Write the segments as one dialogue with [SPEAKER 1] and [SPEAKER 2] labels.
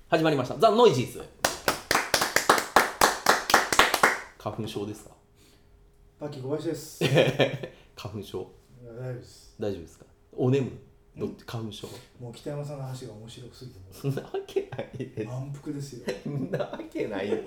[SPEAKER 1] 始まりましたザ・ノイジーズ。花粉症ですか？
[SPEAKER 2] パッキー小林です。
[SPEAKER 1] 花粉症
[SPEAKER 2] 大丈夫です。
[SPEAKER 1] 大丈夫ですか？お眠どって花粉症
[SPEAKER 2] もう北山さんの話が面白すぎて
[SPEAKER 1] そんなわけないです。
[SPEAKER 2] 満腹ですよ。
[SPEAKER 1] そんなわけないです。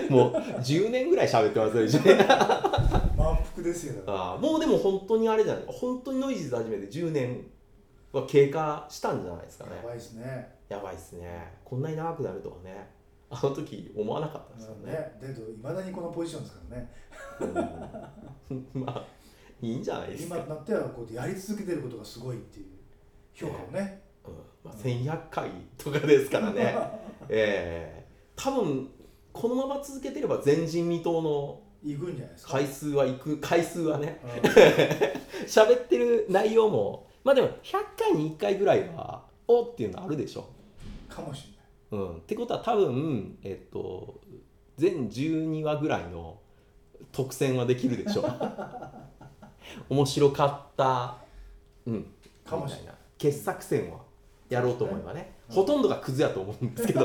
[SPEAKER 1] もう10年ぐらい喋ってますよ
[SPEAKER 2] 満腹ですよ。
[SPEAKER 1] もうでも本当にあれじゃない、本当にノイジーズ始めて10年は経過したんじゃないですかね。
[SPEAKER 2] やばいですね。
[SPEAKER 1] やばいですね。こんなに長くなるとはね、あの時思わなかったですよね。
[SPEAKER 2] だけどいまだにこのポジションですからね。
[SPEAKER 1] まあいいんじゃないですか。
[SPEAKER 2] 今となってはこうやり続けてることがすごいっていう評価をね。
[SPEAKER 1] 1100回とかですからね。多分このまま続けてれば前人未到の
[SPEAKER 2] 行くんじゃないですか。
[SPEAKER 1] 回数はね喋ってる内容もまあでも100回に1回ぐらいはおっていうのあるでしょ
[SPEAKER 2] かもしれない。
[SPEAKER 1] ってことは多分全12話ぐらいの特選はできるでしょ面白かった
[SPEAKER 2] かもしれない。
[SPEAKER 1] 傑作選はやろうと思えばね、ほとんどがクズやと思うんですけど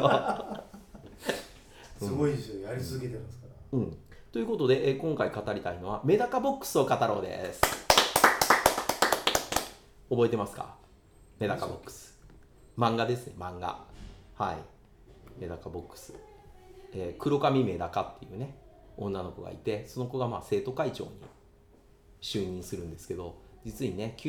[SPEAKER 2] すごいですよ、やり続けてるんですから。
[SPEAKER 1] ということで、今回語りたいのはメダカボックスを語ろうです。覚えてますか？メダカボックス漫画ですね。漫画、はい。メダカボックス、黒髪メダカっていうね女の子がいて、その子が生徒会長に就任するんですけど、実にね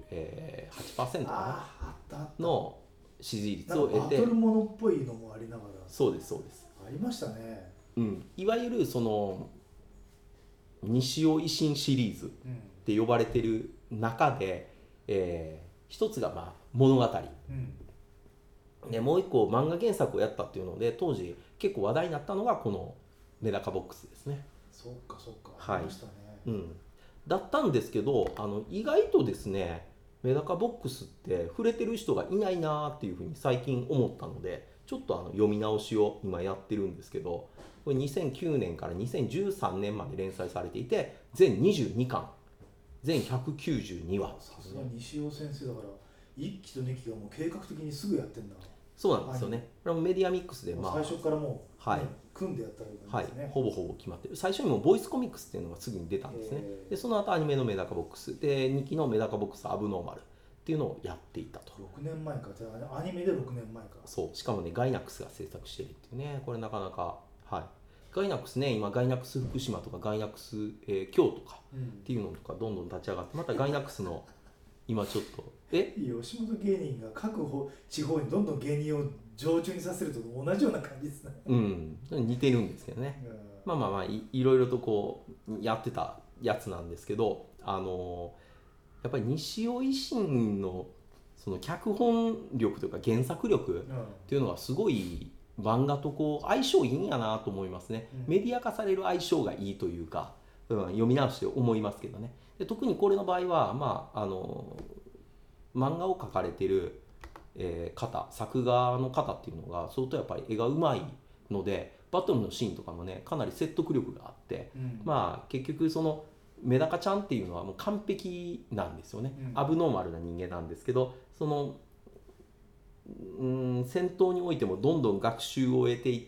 [SPEAKER 1] 98% かなの支持率を得て、
[SPEAKER 2] バトルものっぽいのもありながら。
[SPEAKER 1] そうですそうです、
[SPEAKER 2] ありましたね。
[SPEAKER 1] いわゆるその西尾維新シリーズって呼ばれてる中で、一つが物語、でもう一個漫画原作をやったっていうので当時結構話題になったのがこのメダカボックスですね。
[SPEAKER 2] そうか
[SPEAKER 1] はい、
[SPEAKER 2] ありましたね。
[SPEAKER 1] だったんですけど、意外とですねメダカボックスって触れてる人がいないなっていうふうに最近思ったので、ちょっと読み直しを今やってるんですけど、これ2009年から2013年まで連載されていて、全22巻全192話。
[SPEAKER 2] さすが西尾先生だから1期と2期がもう計画的にすぐやってんだ。
[SPEAKER 1] そうなんですよね。これもメディアミックスで
[SPEAKER 2] 最初からもう、
[SPEAKER 1] はい、
[SPEAKER 2] 組んでやったわけですね。
[SPEAKER 1] ほぼほぼ決まってる。最初にもボイスコミックスっていうのがすぐに出たんですね。でその後アニメのメダカボックスで2期のメダカボックスアブノーマルっていうのをやっていたと。
[SPEAKER 2] 6年前か、アニメで6年前か。
[SPEAKER 1] そうしかもねガイナックスが制作してるっていうね、これなかなか、ガイナックスね、今ガイナックス福島とかガイナックス、京都かっていうのとかどんどん立ち上がって、またガイナックスの今ちょっと
[SPEAKER 2] 吉本芸人が各地方にどんどん芸人を常駐にさせると同じような感じですね。
[SPEAKER 1] 似てるんですけどね。いろいろとこうやってたやつなんですけど、やっぱり西尾維新のその脚本力というか原作力っていうのがすごい漫画とこう相性いいんやなと思いますね。メディア化される相性がいいというか、読み直して思いますけどね。で特にこれの場合は漫画を描かれてる、作画の方っていうのが相当やっぱり絵がうまいので、バトルのシーンとかもねかなり説得力があって、結局そのメダカちゃんっていうのはもう完璧なんですよね。アブノーマルな人間なんですけど、その戦闘においてもどんどん学習を得ていって、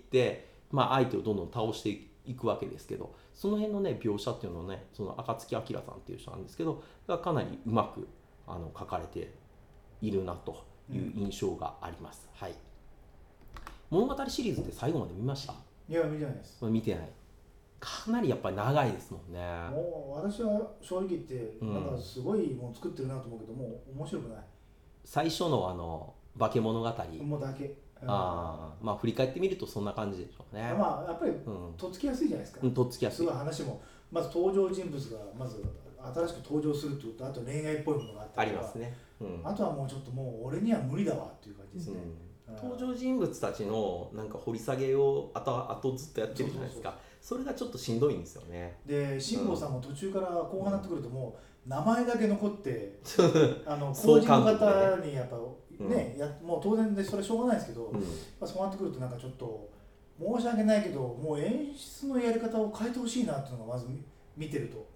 [SPEAKER 1] 相手をどんどん倒していくわけですけど、その辺のね描写っていうのをね、その暁明さんっていう人なんですけどがかなりうまく書かれているなという印象があります。物語シリーズって最後まで見ました？
[SPEAKER 2] いや見てないです。
[SPEAKER 1] 見てない。かなりやっぱり長いですもんね。
[SPEAKER 2] もう私は正直言ってなんかすごいもん作ってるなと思うけど、もう面白くない。
[SPEAKER 1] 最初の化け物語
[SPEAKER 2] もうだけ。
[SPEAKER 1] 振り返ってみるとそんな感じでしょうね。
[SPEAKER 2] やっぱりとっつきやすいじゃないですか。
[SPEAKER 1] とっつきやすい。
[SPEAKER 2] すごい話もまず登場人物がまず新しく登場するというと、あと恋愛っぽいものがあったりとか、
[SPEAKER 1] ありますね。
[SPEAKER 2] あとはもうちょっともう俺には無理だわっていう感じですね。
[SPEAKER 1] 登場人物たちのなんか掘り下げを後ずっとやってるじゃないですか。それがちょっとしんどいんですよね。
[SPEAKER 2] で辛坊さんも途中から後半になってくるともう名前だけ残って工事の方にやっぱね、もう当然でそれしょうがないですけど、そうなってくるとなんかちょっと申し訳ないけどもう演出のやり方を変えてほしいなっていうのがまず見てると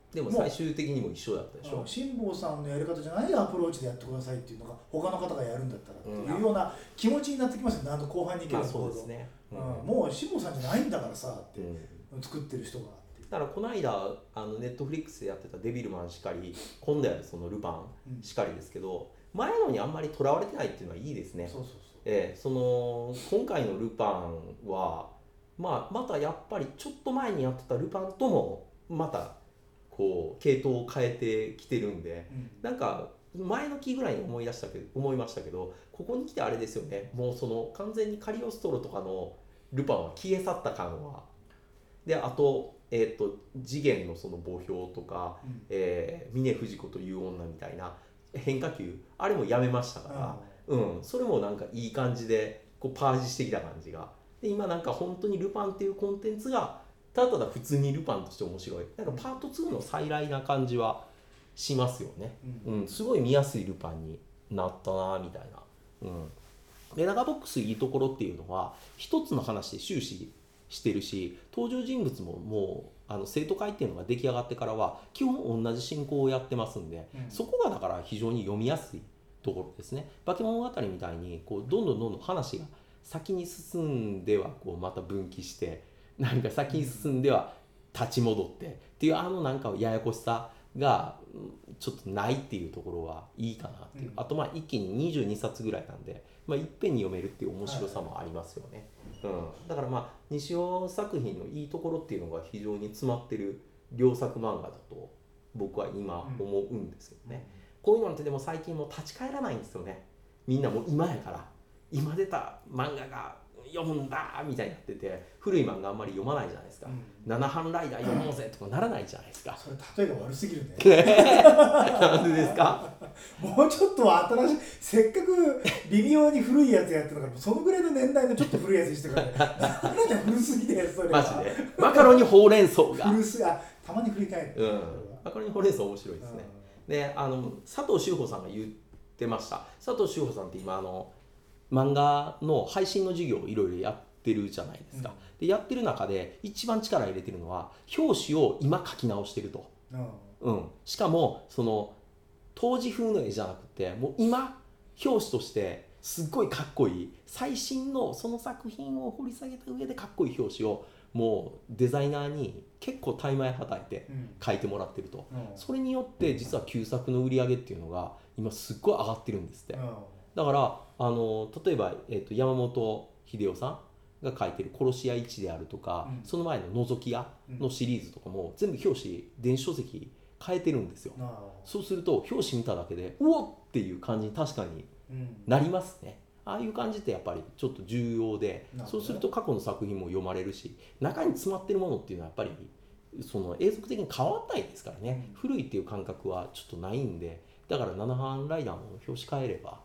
[SPEAKER 1] でも最終的にも一緒だったでしょ。
[SPEAKER 2] 辛坊さんのやり方じゃないアプローチでやってくださいっていうのが他の方がやるんだったらっていうような気持ちになってきますよね。後半に行けば
[SPEAKER 1] そうですね、
[SPEAKER 2] もう辛坊さんじゃないんだからさって、作ってる人が
[SPEAKER 1] だからこの間ネットフリックスでやってたデビルマンしかり、今度やるそのルパンしかりですけど、前のにあんまりとらわれてないっていうのはいいですね。その今回のルパンは、またやっぱりちょっと前にやってたルパンともまたこう系統を変えてきてるんで、なんか前の期ぐらいに思いましたけど、ここに来てあれですよね、もうその完全にカリオストロとかのルパンは消え去った感は。であと次元のその墓標とか、峰不二子という女みたいな変化球、あれもやめましたから、それもなんかいい感じでこうパージしてきた感じが。で今なんか本当にルパンっていうコンテンツがただただ普通にルパンとして面白い、なんかパート2の再来な感じはしますよね。すごい見やすいルパンになったなみたいな。でラガボックスいいところっていうのは一つの話で終始してるし、登場人物ももう生徒会っていうのが出来上がってからは基本同じ進行をやってますんで、そこがだから非常に読みやすいところですね。化け物語みたいにこうどんどん話が先に進んではこうまた分岐して、なんか先に進んでは立ち戻ってっていうなんかややこしさがちょっとないっていうところはいいかなっていう、あと一気に22冊ぐらいなんで、いっぺんに読めるっていう面白さもありますよね。だから西尾作品のいいところっていうのが非常に詰まってる良作漫画だと僕は今思うんですけどね。こういうのってでも最近もう立ち返らないんですよね。みんなもう今やから今出た漫画が読むんだみたいになってて、古い漫画あんまり読まないじゃないですか。七班ライダー読もうぜとかならないじゃないですか。
[SPEAKER 2] それ例えが悪すぎるね。
[SPEAKER 1] なんでですか。
[SPEAKER 2] もうちょっと新しい、せっかく微妙に古いやつやってたから、そのぐらいの年代のちょっと古いやつにしてからね。なんで古すぎだよそれは。
[SPEAKER 1] マジで。マカロニほうれん草が。
[SPEAKER 2] たまに振り返る。
[SPEAKER 1] マカロニほうれん草面白いですね。で佐藤修穂さんが言ってました。佐藤修穂さんって今漫画の配信の授業をいろいろやってるじゃないですか。でやってる中で一番力入れてるのは表紙を今描き直してると。しかもその当時風の絵じゃなくて、もう今表紙としてすっごいかっこいい最新のその作品を掘り下げた上でかっこいい表紙をもうデザイナーに結構タイマイはたいて書いてもらってると。それによって実は旧作の売り上げっていうのが今すっごい上がってるんですって。だから例えば、山本秀夫さんが書いてる殺し屋1であるとか、その前の覗き屋のシリーズとかも全部表紙電子書籍変えてるんですよ。そうすると表紙見ただけでうおっっていう感じに確かになりますね。ああいう感じってやっぱりちょっと重要で、そうすると過去の作品も読まれるし、中に詰まってるものっていうのはやっぱりその永続的に変わらないですからね。古いっていう感覚はちょっとないんで、だから七班ライダーの表紙変えれば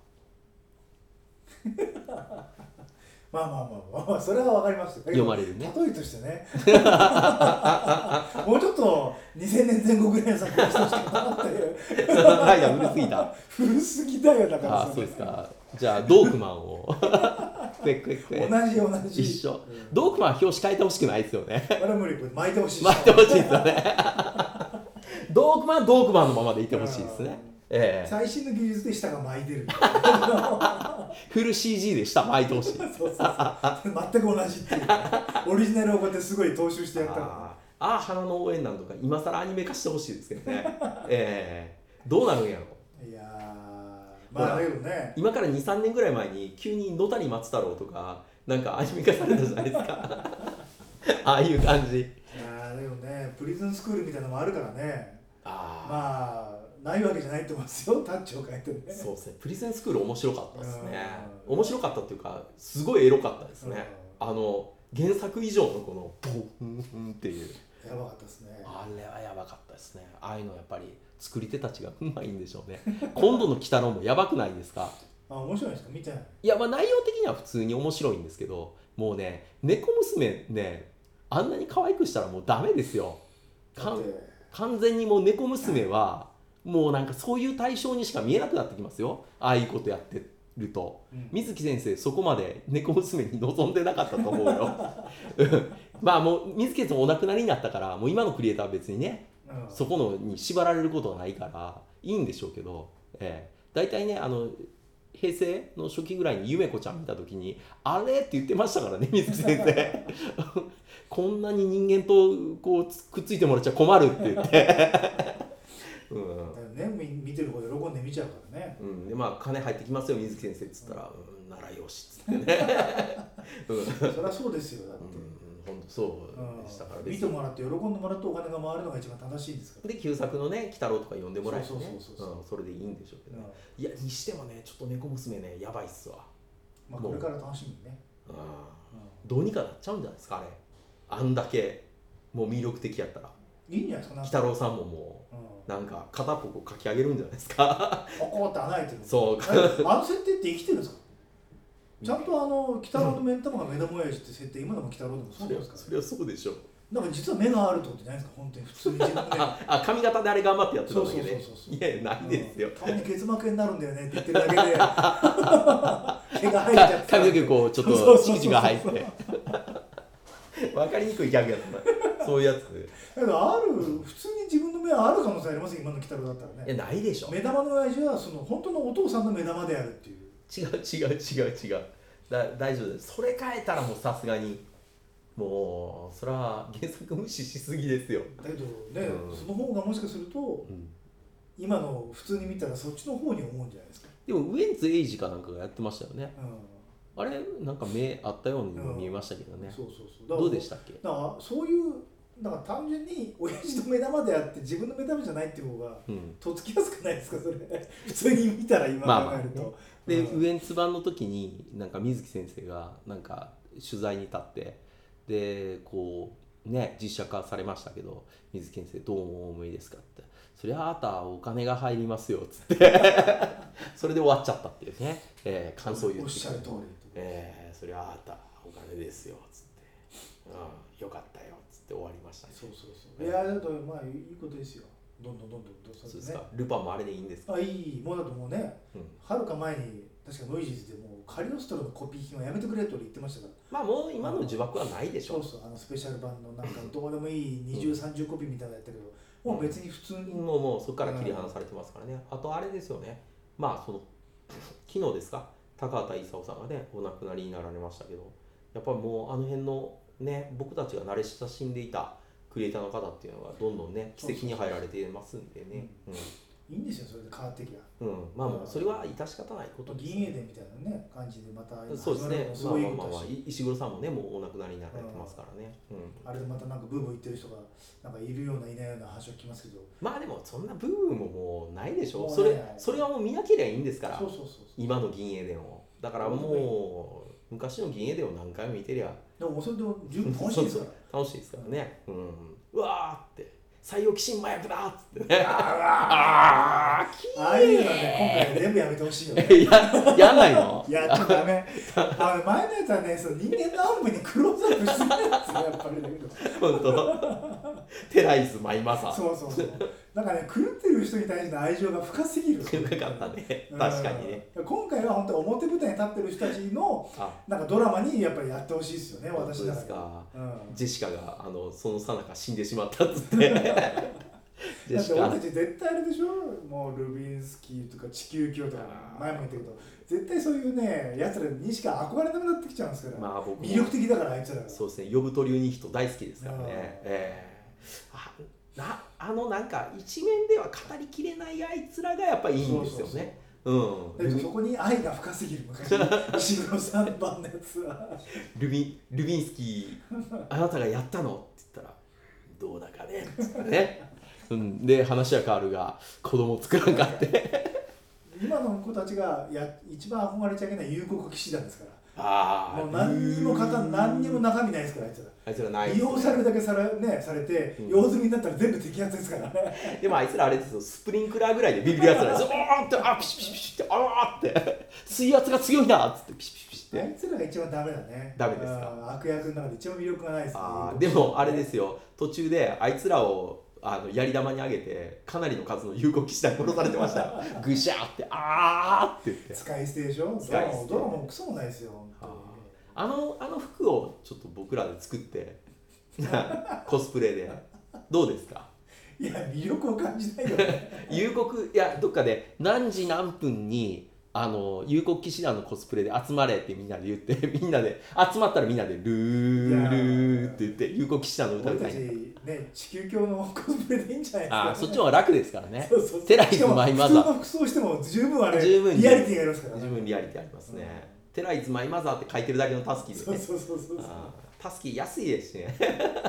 [SPEAKER 2] まあそれはわかりますよ。
[SPEAKER 1] 読まれるね。
[SPEAKER 2] 例えとしてねもうちょっと2000年前後ぐらいの作品してほしかったなっていう
[SPEAKER 1] ライダー古すぎた。
[SPEAKER 2] 古すぎだよだから。
[SPEAKER 1] そうですか。じゃあドークマンを
[SPEAKER 2] 同じ
[SPEAKER 1] 一緒。ドークマンは表紙変えてほしくないですよね。
[SPEAKER 2] あれ無理、巻いてほしい。
[SPEAKER 1] 巻いてほしいですよね。ドークマンのままでいてほしいですね。
[SPEAKER 2] 最新の技術で下が巻いてる
[SPEAKER 1] フル CG で下巻いてほしい。
[SPEAKER 2] そう全く同じっていうオリジナルをこうやってすごい踏襲してやったから
[SPEAKER 1] 花の応援なんとか今更アニメ化してほしいですけどね。どうなるんやろ。
[SPEAKER 2] いやだけどね、
[SPEAKER 1] 今から 2,3 年ぐらい前に急に野谷松太郎とかなんかアニメ化されたじゃないですかああいう感じ。
[SPEAKER 2] だけどね、プリズンスクールみたいなのもあるからね。ないわけじゃないと思いますよ、タッチを変えてね。
[SPEAKER 1] そうですね。プリズンスクール面白かったですね。面白かったっていうかすごいエロかったですね。原作以上のこのボンっていう
[SPEAKER 2] やばかったですね。
[SPEAKER 1] あれはやばかったですね。ああいうのやっぱり作り手たちがうまいんでしょうね。今度の鬼太郎もやばくないですか。
[SPEAKER 2] 面白いですか。見てない。
[SPEAKER 1] いや内容的には普通に面白いんですけど、もうね猫娘ねあんなに可愛くしたらもうダメですよ。完全にもう猫娘はもうなんかそういう対象にしか見えなくなってきますよ。ああいうことやってると、水木先生そこまで猫娘に望んでなかったと思うよ。もう水木先生お亡くなりになったからもう今のクリエイターは別にねそこのに縛られることはないからいいんでしょうけど、大体ね平成の初期ぐらいにゆめこちゃん見た時にあれって言ってましたからね、水木先生こんなに人間とこうくっついてもらっちゃ困るって言って
[SPEAKER 2] 見てる方で喜んで見ちゃうからね、
[SPEAKER 1] で金入ってきますよ水木先生っつったら、ならよしっつってね
[SPEAKER 2] そりゃそうですよ、だって、
[SPEAKER 1] 本当そうでしたから、
[SPEAKER 2] 見てもらって喜んでもらってお金が回るのが一番正しいんですから。
[SPEAKER 1] で旧作のね鬼太郎とか読んでもらえてね、それでいいんでしょうけど、いやにしてもねちょっと猫娘ねやばいっすわ。
[SPEAKER 2] これから楽しみね。
[SPEAKER 1] どうにかなっちゃうんじゃないですか、あんだけもう魅力的やったら。
[SPEAKER 2] いいんじゃないですか。
[SPEAKER 1] 鬼太郎さんももうなんか片っぽこう書き上げるんじゃないですか。
[SPEAKER 2] ポコって穴開いてる。
[SPEAKER 1] そう
[SPEAKER 2] あの設定って生きてるんですか。ちゃんと鬼太郎の目ん玉が目玉親父って設定、今でも鬼太郎でもそうですか。
[SPEAKER 1] それはそうでしょう。
[SPEAKER 2] なんか実は目があるってことじゃないですか、本当に普通に自分で
[SPEAKER 1] 髪型であれ頑張ってやってたんだけどね。いやないですよ。
[SPEAKER 2] 顔に結膜になるんだよねって言ってるだけで毛が生えちゃって
[SPEAKER 1] 髪の毛こうちょっとチクチク生えて分かりにくいギャグやったそういうやつ
[SPEAKER 2] だけど普通に自分の目はある可能性ありますよ、今の鬼太郎だったらね。
[SPEAKER 1] いやないでしょ。
[SPEAKER 2] 目玉の親父はその本当のお父さんの目玉であるっていう。
[SPEAKER 1] 違う大丈夫です。それ変えたらもうさすがにもうそれは原作無視しすぎですよ。
[SPEAKER 2] だけどね、その方がもしかすると、今の普通に見たらそっちの方に思うんじゃないですか。
[SPEAKER 1] でもウエンツ瑛士かなんかがやってましたよね、あれなんか目あったようにも見えましたけどね、どうでしたっけ。
[SPEAKER 2] だからそういう単純に親父の目玉であって自分の目玉じゃないっていう方がとっつきやすくないですか、それ普通に見たら今考えると。
[SPEAKER 1] でウエンツ版の時になんか水木先生がなんか取材に立ってでこうね実写化されましたけど、水木先生どうお思いですかって、そりゃあなたお金が入りますよっつってそれで終わっちゃったっていうね、感想を言って
[SPEAKER 2] おっしゃる通り、
[SPEAKER 1] そりゃあなたお金ですよっつって、よかったよっつって終わりましたね。
[SPEAKER 2] いやだとまあいいことですよ。どんどん
[SPEAKER 1] そうですか。ルパンもあれでいいんですか。
[SPEAKER 2] いいもうだともうね、はるか前に確かノイジーズでもうカリオストロのコピー品はやめてくれと言ってましたから。
[SPEAKER 1] もう今の呪縛はないでしょ。
[SPEAKER 2] スペシャル版のなんかどうでもいい20、30コピーみたいなのやったけど、もう別に普通に
[SPEAKER 1] もうそこから切り離されてますからね。あとあれですよね、その昨日ですか、高畑勲さんがねお亡くなりになられましたけど、やっぱりもうあの辺のね僕たちが慣れ親しんでいたクリエイターの方っていうのがどんどんね奇跡に入られてますんでね。
[SPEAKER 2] いいんですよ、それで変わってきゃ。
[SPEAKER 1] もうそれは致し方ないことです。
[SPEAKER 2] 銀英伝みたいなね感じでまた
[SPEAKER 1] そうですね。石黒さんもねもうお亡くなりになられてますからね。
[SPEAKER 2] あれでまたなんかブーブー言ってる人がなんかいるようないないような話を聞きますけど。
[SPEAKER 1] でもそんなブームももうないでしょ。それはもう見なければいいんですから。今の銀英伝を。だからもう昔の銀英伝を何回も見てりゃ。
[SPEAKER 2] でもそれで十分楽しいですから。
[SPEAKER 1] 楽しいですからね。うわーって採用寄進麻薬だっつってね。
[SPEAKER 2] ああいうのはね今回全部やめてほしいよね。
[SPEAKER 1] やんないの？
[SPEAKER 2] やっちゃダメ。前のやつはね、その人間の暗部にクローズアップしすぎなんですよやっぱりだけど。
[SPEAKER 1] 本当。テライスマイマサ。
[SPEAKER 2] そう。なんかね狂ってる人に対しての愛情が深すぎる。
[SPEAKER 1] 深かったね。確かにね。
[SPEAKER 2] 今回は本当表舞台に立ってる人たちのなんかドラマにやっぱりやってほしいですよね、私なら。
[SPEAKER 1] ジェシカがその最中死んでしまったっつって。
[SPEAKER 2] だって俺たち絶対あれでしょ、もうルビンスキーとか地球卿とか前も言ったけど絶対そういうねやつらにしか憧れなくなってきちゃうんですから、魅力的だからあいつらが。
[SPEAKER 1] そうですね、呼ぶ鳥ユニヒト大好きですからね。なんか一面では語りきれないあいつらがやっぱりいいんですよね。
[SPEAKER 2] そこに愛が深すぎる昔石黒さん版のやつは
[SPEAKER 1] ルビンスキーあなたがやったのって言ったらどうだかねっつってね。で話は変わるが子供作らんかって
[SPEAKER 2] 今の子たちが一番憧れちゃいけない幽谷騎士団ですから。もう何にも中身ないですからあいつらない、利用されるだけされて、用済みになったら全部摘発ですからね。
[SPEAKER 1] でもあいつらあれですよ、スプリンクラーぐらいでビビるやつらです。おーってピシピシピシってって水圧が強いなっつってピシピシピシって。
[SPEAKER 2] あいつらが一番ダメだね。
[SPEAKER 1] ダメですか。
[SPEAKER 2] 悪役の中で一番魅力がないですね。
[SPEAKER 1] でもあれですよ、途中であいつらを槍玉に上げてかなりの数の有効騎士団殺されてましたよ。ぐしゃーってって言って
[SPEAKER 2] 使い捨てでしょ。ドラマもクソもないですよ。
[SPEAKER 1] あの服をちょっと僕らで作ってコスプレでどうですか。
[SPEAKER 2] いや魅力を感じないよね
[SPEAKER 1] 夕刻、いやどっかで何時何分に夕刻騎士団のコスプレで集まれってみんなで言ってみんなで集まったらみんなでルールーって言って夕刻騎士団の歌
[SPEAKER 2] 歌いたいね、地球教のコスプレでいいんじゃないですか、ね、
[SPEAKER 1] そっちの方が楽ですからね。
[SPEAKER 2] そうそう
[SPEAKER 1] テライズマイマザー
[SPEAKER 2] 普通の服装しても十分あれリアリティがありますからね。
[SPEAKER 1] 十分リアリティありますね、テライズマイマザーって書いてるだけのタスキーでね。
[SPEAKER 2] そう
[SPEAKER 1] タスキー安いですしねね、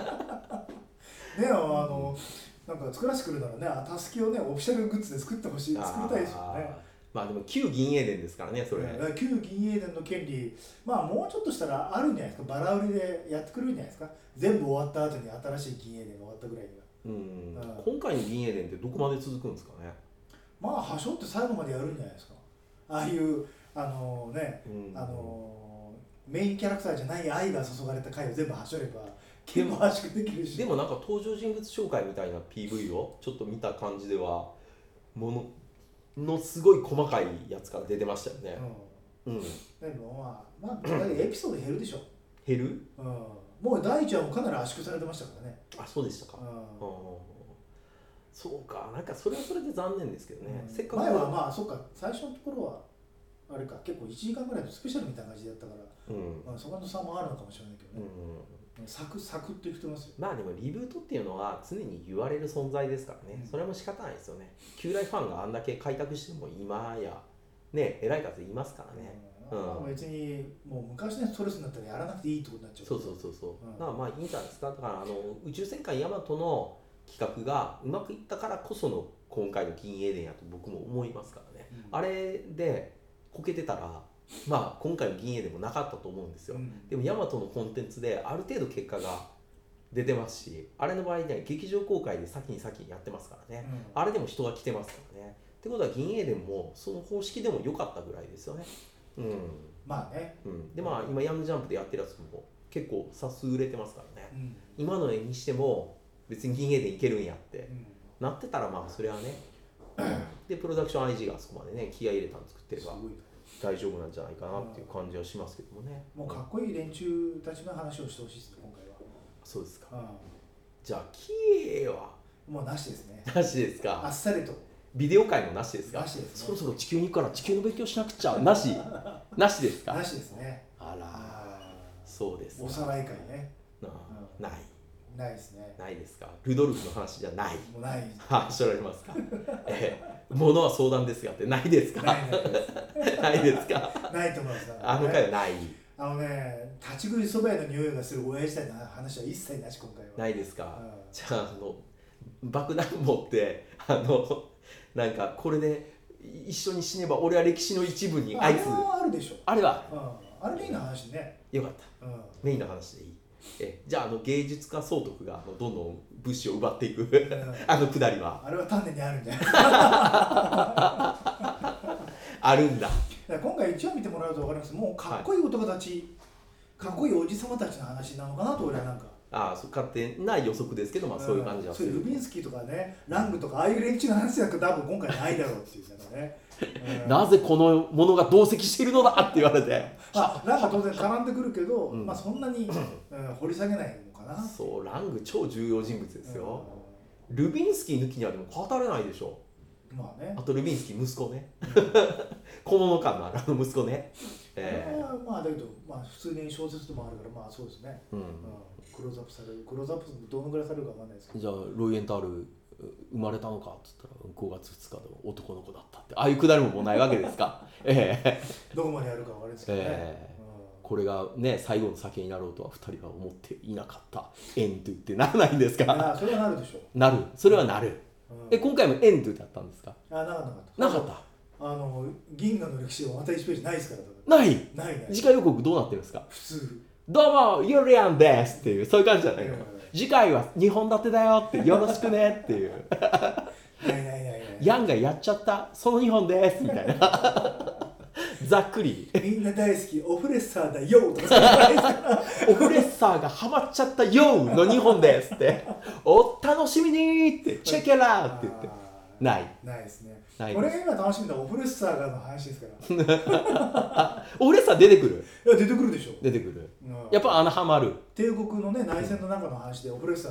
[SPEAKER 2] なんか作らせてくれたらね、タスキをねオフィシャルグッズで作ってほしい、作りたいですよね。
[SPEAKER 1] まあでも旧銀英伝ですからね、それ。
[SPEAKER 2] 旧銀英伝の権利、まあもうちょっとしたらあるんじゃないですか、バラ売りでやってくれるんじゃないですか、全部終わった後に新しい銀英伝が終わったぐらいには。
[SPEAKER 1] 今回の銀英伝ってどこまで続くんですかね。
[SPEAKER 2] まあはしょって最後までやるんじゃないですか。ああいうメインキャラクターじゃない愛が注がれた回を全部はしょれば結構圧縮できるし。
[SPEAKER 1] でもなんか登場人物紹介みたいな PV をちょっと見た感じではものすごい細かいやつから出てましたよね。
[SPEAKER 2] でもまあエピソード減るでしょ。
[SPEAKER 1] 減る？
[SPEAKER 2] もう第1話もかなり圧縮されてましたからね。
[SPEAKER 1] あ、そうでしたか。そうか、なんかそれはそれで残念ですけどね。せっかく
[SPEAKER 2] 前はまあそうか、最初のところはあれか、結構1時間ぐらいのスペシャルみたいな感じだったから、そこの差もあるのかもしれないけどね。サクサクって言ってますよ。
[SPEAKER 1] まあでもリブートっていうのは常に言われる存在ですからね、それも仕方ないですよね。旧来ファンがあんだけ開拓しても今やね、偉い数いますからね。
[SPEAKER 2] 別にもう昔のストレスになったらやらなくていいってことになっちゃう。
[SPEAKER 1] そうだからまあいいんじゃないですか。だから宇宙戦艦ヤマトの企画がうまくいったからこその今回の銀英伝やと僕も思いますからね。あれでこけてたらまあ今回の銀英伝もなかったと思うんですよ。でもヤマトのコンテンツである程度結果が出てますし、あれの場合ね劇場公開で先にやってますからね、あれでも人が来てますからね。ってことは銀英伝もその方式でも良かったぐらいですよね。
[SPEAKER 2] まあね。
[SPEAKER 1] でまあ今ヤングジャンプでやってるやつも結構冊数売れてますからね。今の絵にしても別に銀英伝いけるんやってなってたらまあそれはねでプロダクション IG があそこまでね気合い入れたの作ってれば大丈夫なんじゃないかなっていう感じはしますけどもね。
[SPEAKER 2] もうかっこいい連中たちの話をしてほしいですね、今回は。
[SPEAKER 1] そうですか。じゃあキエは
[SPEAKER 2] もうなしですね。
[SPEAKER 1] なしですか。
[SPEAKER 2] あっさりと
[SPEAKER 1] ビデオ界もなしですか。
[SPEAKER 2] なしです、ね、
[SPEAKER 1] そろそろ地球に行くから地球の勉強しなくちゃ。なしなしですか。
[SPEAKER 2] なしですね。
[SPEAKER 1] あらそうです
[SPEAKER 2] おさらい会ね。ないですね。
[SPEAKER 1] ないですか。ルドルフの話じゃない。
[SPEAKER 2] もうない。
[SPEAKER 1] はしょられますか。ものは相談ですがってないですか。ないですか。
[SPEAKER 2] ないと思います。
[SPEAKER 1] あの回はない。
[SPEAKER 2] 立ち食いそば屋の匂いがする親父たちの話は一切なし、今回は。
[SPEAKER 1] ないですか。じゃあ爆弾持ってなんかこれで一緒に死ねば俺は歴史の一部に
[SPEAKER 2] あいつあるでしょ。
[SPEAKER 1] あれは
[SPEAKER 2] あれメインの話ね。
[SPEAKER 1] よかった。メインの話でいい。じゃあ芸術家総督がどんどん物資を奪っていくくだりは
[SPEAKER 2] あれは丹念にあるんじゃない
[SPEAKER 1] あるんだ。
[SPEAKER 2] 今回一応見てもらうと分かります。もうかっこいい男たち、かっこいいおじさまたちの話なのかなと俺はなんか
[SPEAKER 1] 勝手な予測ですけど、まあそういう感じはする。
[SPEAKER 2] ルビンスキーとかね、ラングとかああいう連中の話だと多分今回ないだろうっていうのね
[SPEAKER 1] なぜこのものが同席しているのだって言われて
[SPEAKER 2] ラング当然絡んでくるけど、まあそんなに掘り下げないのかな。
[SPEAKER 1] そう、ラング超重要人物ですよ。ルビンスキー抜きにはでも語れないでしょ。
[SPEAKER 2] まあね、
[SPEAKER 1] あとルビンスキー息子ね小物感のある息子ね。
[SPEAKER 2] まあだけど、まあ普通に小説でもあるから、まあそうですね。クローズアップされる、クローズアップどのぐらいされるかわかんないですけど。
[SPEAKER 1] じゃあロイエンタール生まれたのかっつったら5月2日で男の子だったって、ああいうくだりもないわけですか。
[SPEAKER 2] どこまでやるかわかりですけどね。
[SPEAKER 1] これがね最後の酒になろうとは2人は思っていなかったエンドゥってならないんですか。
[SPEAKER 2] それはなるでしょ。
[SPEAKER 1] なる、それはなる。今回もエンドゥだったんですか。
[SPEAKER 2] なかった
[SPEAKER 1] なかった。
[SPEAKER 2] 銀河の歴史はまた1ページないですから。
[SPEAKER 1] ない次回予告どうなってるんですか。
[SPEAKER 2] 普通
[SPEAKER 1] どうもユリアンですっていうそういう感じじゃないの。次回は2本立てだよってよろしくねっていうヤンがやっちゃったその2本ですみたいなざっくり
[SPEAKER 2] みんな大好きオフレッサーだよとか
[SPEAKER 1] オフレッサーがハマっちゃったよの2本ですってお楽しみにってチェケラーって言ってない
[SPEAKER 2] ですね。これが今楽しみなオフレッサーがの話です
[SPEAKER 1] からオフレッサー出てくる。
[SPEAKER 2] いや出てくるでしょ。
[SPEAKER 1] 出てくる、やっぱハマる。
[SPEAKER 2] 帝国のね内戦の中の話でオフレッサー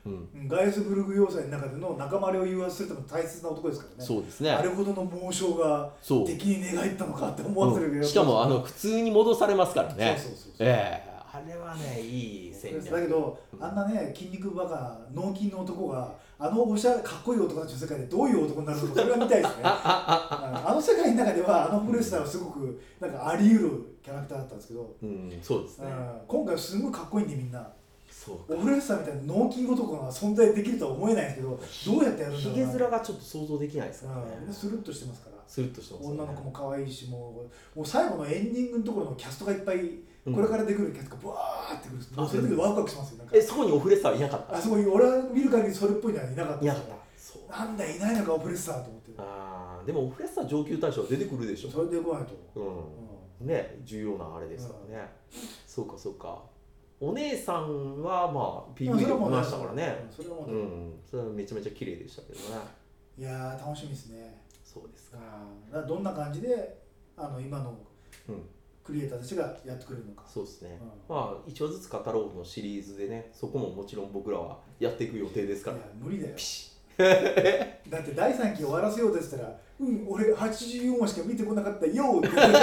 [SPEAKER 2] ガイエスブルグ要塞の中での仲間割れを誘発するための大切な男ですからね。
[SPEAKER 1] そうですね。
[SPEAKER 2] あれほどの猛将が敵に寝返ったのかって思わせるけど、
[SPEAKER 1] しかも普通に戻されますからね。
[SPEAKER 2] そう
[SPEAKER 1] あれはね、いい戦略
[SPEAKER 2] だけど、あんなね、筋肉バカ脳筋の男がおしゃれかっこいい男たちの世界でどういう男になるのか、それは見たいですね。あの世界の中ではプレスラーはすごくなんかあり得るキャラクターだったんですけど、
[SPEAKER 1] そうですね。
[SPEAKER 2] 今回すごいかっこいいんでみんな。
[SPEAKER 1] そう
[SPEAKER 2] オフレッサーみたいな脳筋男が存在できるとは思えないんですけど、どうやってやるんだろうな。
[SPEAKER 1] ひげ面がちょっと想像できないですからね。
[SPEAKER 2] スルッとしてますから。
[SPEAKER 1] スルッとしてます、
[SPEAKER 2] 女の子も可愛いし、もう最後のエンディングのところのキャストがいっぱい、これから出てくるキャストがブワーってくる。もうそれだけでワクワクしますよ。
[SPEAKER 1] そこにオフレッサーはいなかった。
[SPEAKER 2] そこに俺は見る限りそれっぽいのはいなかった。
[SPEAKER 1] いなかった。
[SPEAKER 2] なんだいないのかオフレッサーと思って。
[SPEAKER 1] でもオフレッサー上級大将は出てくるでしょ。
[SPEAKER 2] それで来ないと。
[SPEAKER 1] ね、重要なあれですからね。そうかそうか。お姉さんはまあ PV でも見ましたからね。それはめちゃめちゃ綺麗でしたけどね。
[SPEAKER 2] いや楽しみですね。
[SPEAKER 1] そうですか。
[SPEAKER 2] どんな感じで今のクリエイターたちがやってくれるのか。
[SPEAKER 1] そうですね。まあ1話ずつ語ろうのシリーズでね、そこももちろん僕らはやっていく予定ですから。
[SPEAKER 2] いや無理だよ。だって第3期終わらせようとしたら、俺84話しか見てこなかったよ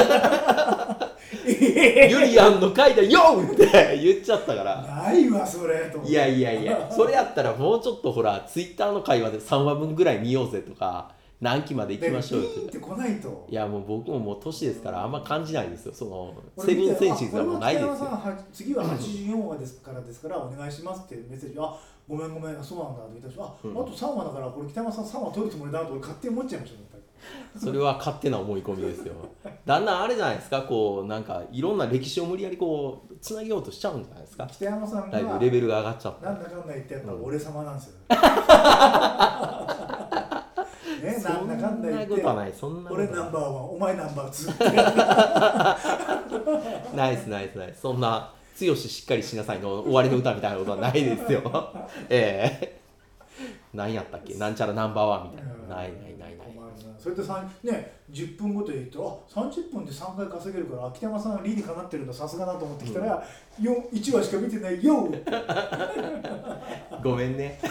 [SPEAKER 2] って
[SPEAKER 1] ユリアンの回だよって言っちゃったから。
[SPEAKER 2] ないわそれと。
[SPEAKER 1] いやそれやったらもうちょっとほらツイッターの会話で3話分ぐらい見ようぜとか、何期まで行きましょうよ
[SPEAKER 2] って来ないと。
[SPEAKER 1] いやもう僕ももう年ですからあんま感じないですよ。そのセブンセンシズはもうないですよ。
[SPEAKER 2] 次は84話ですからお願いしますっていうメッセージ。ごめんそうなんだって言ったし、あと3話だからこれ北山さん3話取るつもりだと俺勝手に思っちゃいました。
[SPEAKER 1] それは勝手な思い込みですよ。だんだんあれじゃないですか、こうなんかいろんな歴史を無理やりこうつなげようとしちゃうんじゃないですか。
[SPEAKER 2] 北山さんが
[SPEAKER 1] だいぶレベルが上がっちゃった。
[SPEAKER 2] なんだかんだ言ってやっぱ俺様なんですよ。
[SPEAKER 1] そんなことはない。
[SPEAKER 2] 俺ナンバーワン、お前ナンバーツー。
[SPEAKER 1] ナイス。そんな強しっかりしなさいの終わりの歌みたいなことはないですよ。何やったっけ、なんちゃらナンバーワンみたいな。ない。
[SPEAKER 2] それって10分ごとに言って30分で3回稼げるから北山さん理にかなってるんだ、さすがだと思ってきたら、1話しか見てないよ
[SPEAKER 1] ごめんね。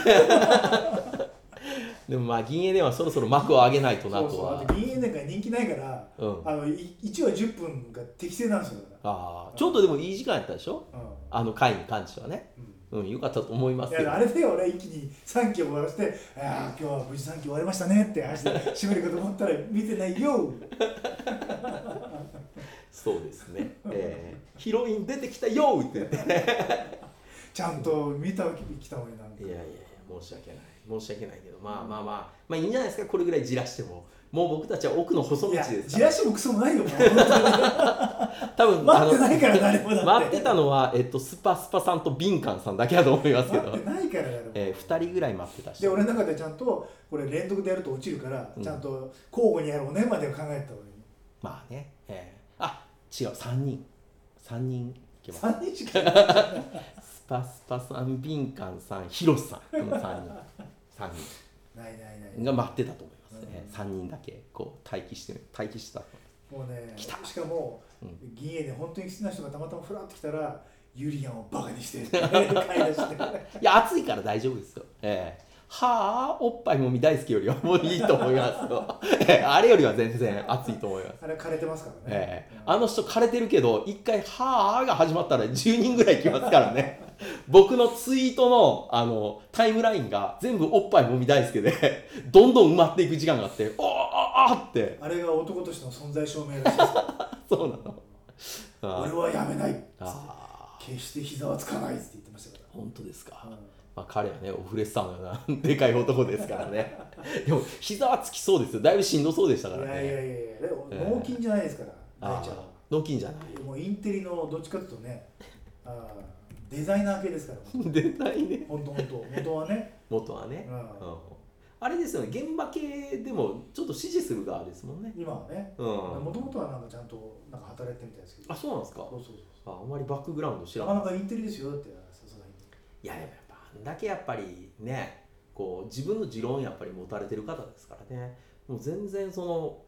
[SPEAKER 1] でもまあ銀英伝はそろそろ幕を上げないとなとは。
[SPEAKER 2] 銀英伝が人気ないから、1話10分が適正なんですよ。
[SPEAKER 1] ちょっとでもいい時間やったでしょ、回に関してはね。よかったと思いますよ。
[SPEAKER 2] あれで俺一気に3期を終わらせて、今日は無事3期終わりましたねって話で締めるかと思ったら見てないよ。
[SPEAKER 1] そうですね。ヒロイン出てきたよって言って
[SPEAKER 2] ちゃんと見たきた方がいいな。
[SPEAKER 1] いや申し訳ないけど、まあいいんじゃないですか。これぐらいじらしても。もう僕たちは奥の細道ですから。
[SPEAKER 2] じらしてもクソもないよ。
[SPEAKER 1] 多分
[SPEAKER 2] 待ってないから誰もだって。
[SPEAKER 1] 待ってたのはスパさんとビンカンさんだけだと思いますけど。
[SPEAKER 2] 待ってないから誰も。
[SPEAKER 1] 2人ぐらい待ってたし。
[SPEAKER 2] で俺の中でちゃんとこれ連続でやると落ちるから、ちゃんと交互にやろうねまで考えた方がいい。
[SPEAKER 1] まあね。違う3人いけます。
[SPEAKER 2] 3人しかいない。
[SPEAKER 1] スパさん、ビンカンさん、ヒロシさん、この3人
[SPEAKER 2] ない
[SPEAKER 1] が待ってたと思いますね。3人だけこう待機してた。
[SPEAKER 2] もうね、しかも銀英で本当に好きな人がたまたまフラッと来たらユリアンをバカにして買い出して
[SPEAKER 1] いや暑いから大丈夫ですよ。おっぱいもみ大好きよりはもういいと思いますよ。あれよりは全然暑いと思います。
[SPEAKER 2] あれ枯れてますからね。
[SPEAKER 1] あの人枯れてるけど一回が始まったら10人ぐらい来ますからね。僕のツイートのタイムラインが全部おっぱいもみ大好きでどんどん埋まっていく時間があってって。
[SPEAKER 2] あれが男としての存在証明らしいです。
[SPEAKER 1] そうな
[SPEAKER 2] の。俺はやめない。決して膝はつかないって言ってましたから。
[SPEAKER 1] 本当ですか。彼はねオフレスさんのようなでかい男ですからね。でも膝はつきそうですよ。だいぶしんどそうでしたからね。
[SPEAKER 2] いや脳筋じゃないですから。大ちゃんは
[SPEAKER 1] 脳筋じゃない。
[SPEAKER 2] もうインテリのどっちかというとね、デザイナー系ですから。
[SPEAKER 1] デザイね。
[SPEAKER 2] 元はね。
[SPEAKER 1] あれですよね、現場系でもちょっと支持する側ですもんね。
[SPEAKER 2] 今はね。もともとはなんかちゃんとなんか働いてみたいですけど。
[SPEAKER 1] そうなんですか。そうあんまりバックグラウンド知ら
[SPEAKER 2] ない。なかなかインテリですよだってさすがに。
[SPEAKER 1] いややっぱあんだけやっぱりね、こう自分の持論やっぱり持たれてる方ですからね。もう全然その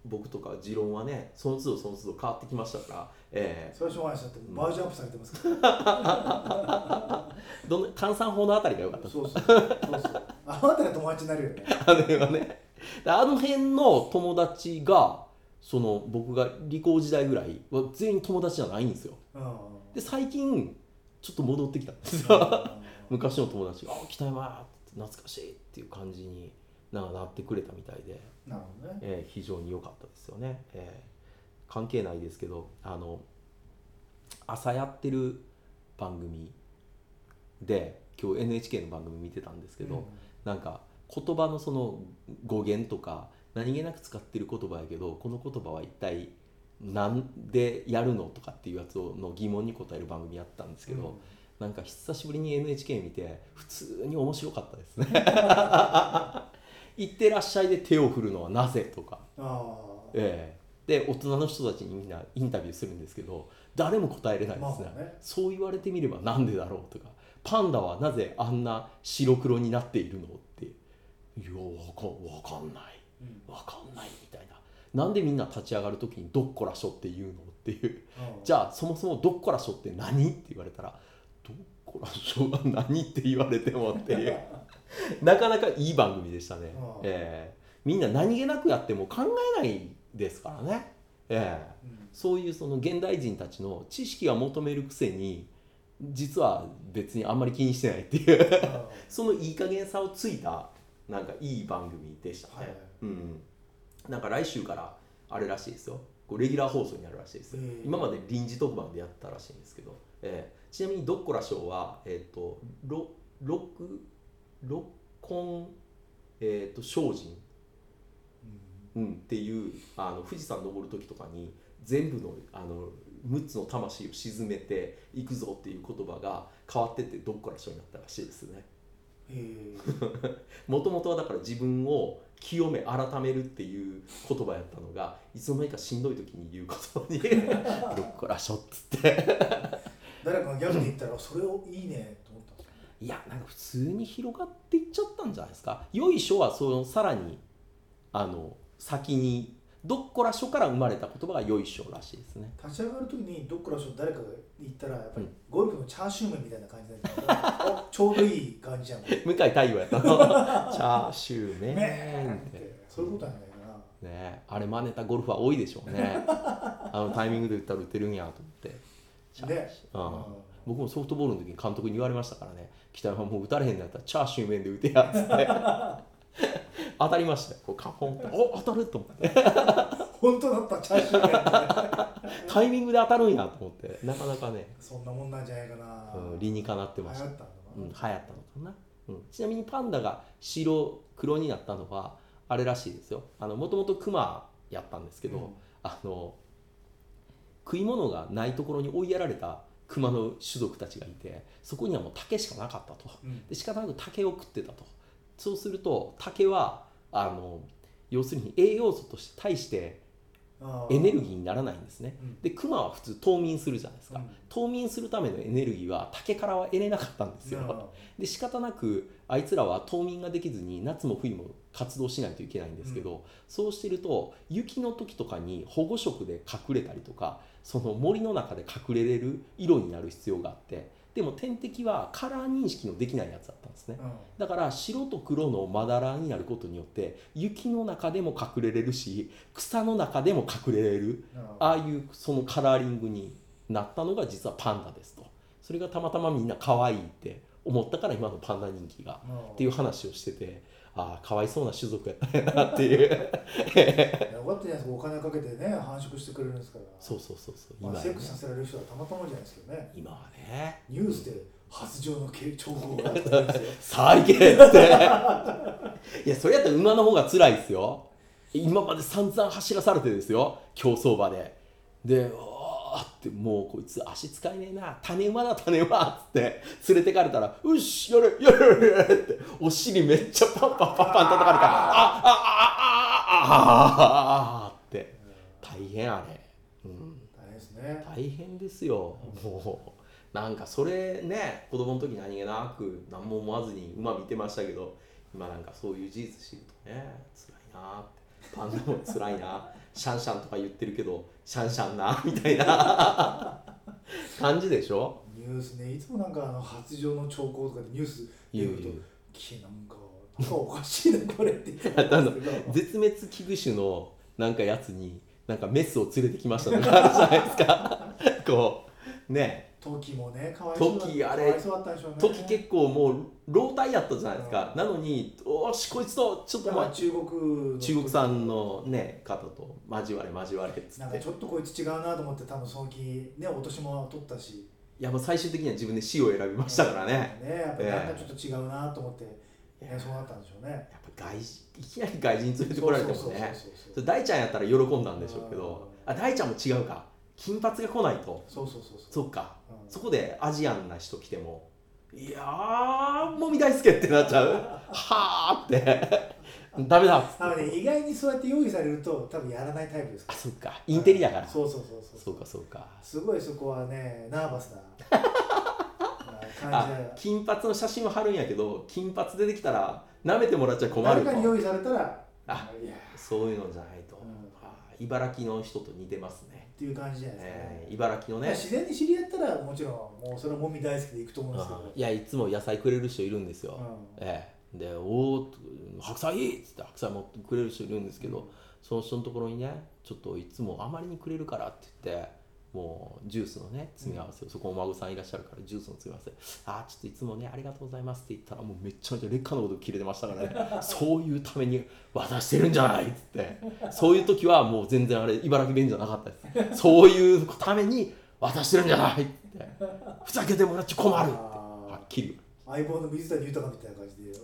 [SPEAKER 1] 僕とか持論はねその都度その都度変わってきましたから、
[SPEAKER 2] それはしょうがないです。だってバージョンアップされてますから
[SPEAKER 1] どの換算法のあたりが良かった。
[SPEAKER 2] そうあのあたりが友達になるよね。
[SPEAKER 1] あれはねあの辺の友達がその僕が理工時代ぐらいは全員友達じゃないんですよ。で最近ちょっと戻ってきたんですよ昔の友達が「北山懐かしい」っていう感じになってくれたみたいで、
[SPEAKER 2] なるほどね、
[SPEAKER 1] 非常に良かったですよね。関係ないですけど朝やってる番組で今日 NHK の番組見てたんですけど、なんか言葉のその語源とか何気なく使ってる言葉やけどこの言葉は一体なんでやるのとかっていうやつの疑問に答える番組やったんですけど、なんか久しぶりに NHK 見て普通に面白かったですね行ってらっしゃいで手を振るのはなぜとか、で大人の人たちにみんなインタビューするんですけど誰も答えれないですね、そう言われてみればなんでだろうとか、パンダはなぜあんな白黒になっているのって、いやわかんないみたいな、なんでみんな立ち上がるときにどっこらしょって言うのっていう、じゃあそもそもどっこらしょって何って言われたらどっこらしょが何って言われてもっていうなかなかいい番組でしたね。みんな何気なくやっても考えないですからね。そういうその現代人たちの知識は求めるくせに実は別にあんまり気にしてないっていうそのいい加減さをついたなんかいい番組でしたね。なんか来週からあれらしいですよ、レギュラー放送になるらしいですよ。今まで臨時特番でやったらしいんですけど、ちなみにどっこらしょうは根精進、っていう富士山登る時とかに全部の6つの魂を沈めていくぞっていう言葉が変わってってどっこらしょうになったらしいですね。もともとはだから自分を清め改めるっていう言葉やったのがいつの間にかしんどい時に言う言葉にどっこらしょっつって
[SPEAKER 2] 誰かがギャグで言ったらそれをいいねと思ったんですか。
[SPEAKER 1] いやなんか普通に広がっていっちゃったんじゃないですか。よいしょはそのさらに先にどっこらしょから生まれた言葉がよいしょらしいですね。
[SPEAKER 2] 立ち上がる時にどっこらしょ誰かが言ったらやっぱりゴルフのチャーシュー麺みたいな感じなんですけどちょうどいい感じじゃん向
[SPEAKER 1] 井太陽やったのチャーシュー麺
[SPEAKER 2] ってそういうことなんだよ
[SPEAKER 1] な、ね、あれ真似たゴルフは多いでしょうねタイミングで打ったら打てるんやと思って僕もソフトボールの時に監督に言われましたからね、北山もう打たれへんのやったらチャーシュー麺で打てやっつって当たりましたよ、こうカポンって当たると思って
[SPEAKER 2] 本当だったチャーシュー麺
[SPEAKER 1] タイミングで当たるんやと思ってなかなかね
[SPEAKER 2] そんなもんなんじゃないかな、
[SPEAKER 1] 理にかなってました。
[SPEAKER 2] 流行ったの
[SPEAKER 1] かな、ちなみにパンダが白黒になったのはあれらしいですよ。もともとクマやったんですけど、食い物がないところに追いやられたクマの種族たちがいてそこにはもう竹しかなかったと、で仕方なく竹を食ってたと。そうすると竹は要するに栄養素として対してエネルギーにならないんですね。でクマは普通冬眠するじゃないですか、冬眠するためのエネルギーは竹からは得れなかったんですよ。で仕方なくあいつらは冬眠ができずに夏も冬も活動しないといけないんですけど、そうしてると雪の時とかに保護色で隠れたりとかその森の中で隠れれる色になる必要があって、でも天敵はカラー認識のできないやつだったんですね。だから白と黒のまだらになることによって雪の中でも隠れれるし草の中でも隠れれる、ああいうそのカラーリングになったのが実はパンダですと。それがたまたまみんな可愛いって思ったから今のパンダ人気がっていう話をしてて、ああかわいそうな種族やったんやなっていうよかったじゃない
[SPEAKER 2] ですか、お金かけてね繁殖してくれるんですから。
[SPEAKER 1] そう
[SPEAKER 2] 今、セックスさせられる人はたまたまじゃないですけどね。
[SPEAKER 1] 今はね
[SPEAKER 2] ニュースで発情の兆候があったんですよ
[SPEAKER 1] さあ行けっていやそれやったら馬の方が辛いですよ。今まで散々走らされてですよ競走馬でってもうこいつ足使えねえな種馬っつって連れてかれたらうっしやれってお尻めっちゃパン叩かれたらって大変あれ、
[SPEAKER 2] 大変ですね。
[SPEAKER 1] 大変ですよ。もうなんかそれね子供の時何気なく何も思わずに馬見てましたけど今なんかそういう事実知るとね辛いなってパンダも辛いな、シャンシャンとか言ってるけどシャンシャンなみたいな感じでしょ。
[SPEAKER 2] ニュースね、いつもなんか発情の兆候とかでニュース見るとなんかおかしいなこれって言ってたんですけど
[SPEAKER 1] 絶滅危惧種のなんかやつになんかメスを連れてきましたとかあるじゃないですかこうね、
[SPEAKER 2] 時もね、かわい
[SPEAKER 1] そうだ
[SPEAKER 2] ったでしょうね。
[SPEAKER 1] 時結構もう老体やったじゃないですか、なのにおしこいつとちょっと
[SPEAKER 2] 中
[SPEAKER 1] 国産のね方と交われっつって
[SPEAKER 2] なんかちょっとこいつ違うなと思って、多分その気ね、落とし物取ったし、
[SPEAKER 1] いやもう最終的には自分で死を選びましたからね、
[SPEAKER 2] やっぱなんかちょっと違うなと思って、そうなったんでしょうね。
[SPEAKER 1] やっぱいきなり外人連れてこられてもね、大ちゃんやったら喜んだんでしょうけど、大ちゃんも違うか、金髪が来ないと、そっか、そこでアジアンな人来ても、いやーもみ大輔ってなっちゃうはーってダメだっつって、
[SPEAKER 2] 意外にそうやって用意されると多分やらないタイプですから。
[SPEAKER 1] そっか、インテリだから、
[SPEAKER 2] そう
[SPEAKER 1] か、
[SPEAKER 2] すごいそこはね、ナーバスな感じで
[SPEAKER 1] 金髪の写真を貼るんやけど、金髪出てきたら舐めてもらっちゃ困ると、
[SPEAKER 2] 誰かに用意されたら、
[SPEAKER 1] そういうのじゃないと、茨城の人と似てますね
[SPEAKER 2] っていう感じじゃないですかね、
[SPEAKER 1] 茨城のね。
[SPEAKER 2] 自然に知り合ったらもちろんもうそれはもみ大好きで行くと思うんですけど、
[SPEAKER 1] いやいつも野菜くれる人いるんですよ、でお白菜っつって白菜持ってくれる人いるんですけど、その人のところにね、ちょっといつもあまりにくれるからって言って、もうジュースのね詰め合わせを、そこお孫さんいらっしゃるからジュースの詰め合わせ、ちょっといつもねありがとうございますって言ったら、もうめちゃめちゃ劣化のこと切れてましたからねそういうために渡してるんじゃないっつって、そういう時はもう全然あれ茨城弁じゃなかったです、そういうために渡してるんじゃないって、ふざけてもらっちゃ困るってはっきり
[SPEAKER 2] 相棒の水谷豊みたいな感じで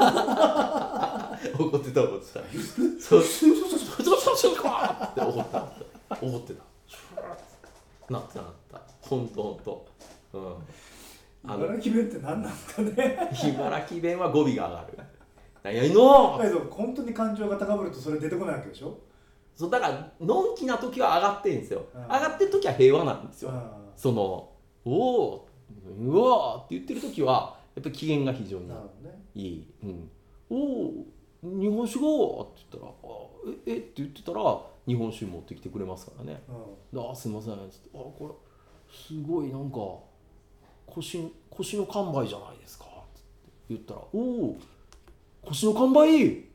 [SPEAKER 1] 怒ってたそうって怒ってたなったほんと、
[SPEAKER 2] 茨城弁って何なんですかね
[SPEAKER 1] 茨城弁は語尾が上がる、何やいの
[SPEAKER 2] 本当に感情が高ぶるとそれ出てこないわけでしょ。
[SPEAKER 1] そうだからのんきな時は上がってるんですよ、上がってる時は平和なんですよ、そのおーうわーって言ってる時はやっぱり機嫌が非常にいい、おお日本酒がって言ったらって言ってたら日本酒持ってきてくれますからね、すいませんっつって、これすごいなんか腰の完売じゃないですかって言ったら、おお腰の完売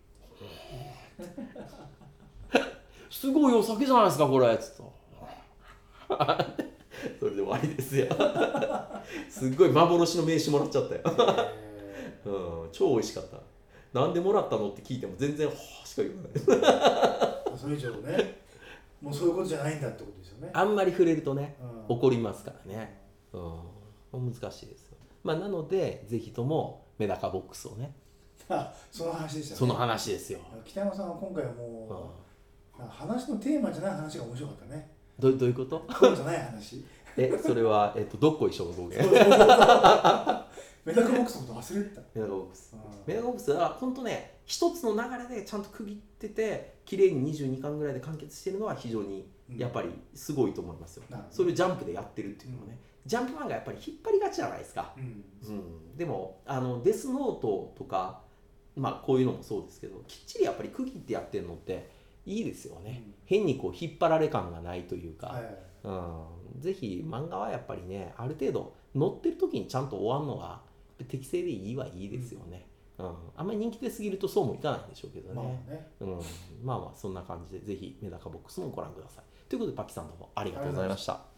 [SPEAKER 1] すごいお酒じゃないですかこれっつったそれで終わりですよすっごい幻の名刺もらっちゃったよ超美味しかった。なんでもらったのって聞いても全然はーしか言わない
[SPEAKER 2] それ以上ね、もうそういうことじゃないんだってことですよね。
[SPEAKER 1] あんまり触れるとね、怒りますからね、難しいですよ。なのでぜひともメダカボックスをね、
[SPEAKER 2] その話でしたね。
[SPEAKER 1] その話ですよ。
[SPEAKER 2] 北山さんは今回はもう、話のテーマじゃない話が面白かったね。
[SPEAKER 1] どういうこと
[SPEAKER 2] そうじゃない話
[SPEAKER 1] それは、どっこいしょの道元
[SPEAKER 2] メダカボックスのこと忘れてた。
[SPEAKER 1] メダカボックス、メダカボックスは本当ね、一つの流れでちゃんと区切ってて綺麗に22巻ぐらいで完結してるのは非常にやっぱりすごいと思いますよ、それをジャンプでやってるっていうのはね、ジャンプ漫画やっぱり引っ張りがちじゃないですか、でもデスノートとか、こういうのもそうですけど、きっちりやっぱり区切ってやってるのっていいですよね、変にこう引っ張られ感がないというか、ぜひ漫画はやっぱりね、ある程度乗ってる時にちゃんと終わるのが適正でいいはいいですよね、あんまり人気出すぎるとそうもいかないんでしょうけどね、そんな感じでぜひメダカボックスもご覧くださいということで、パキさんどうもありがとうございました。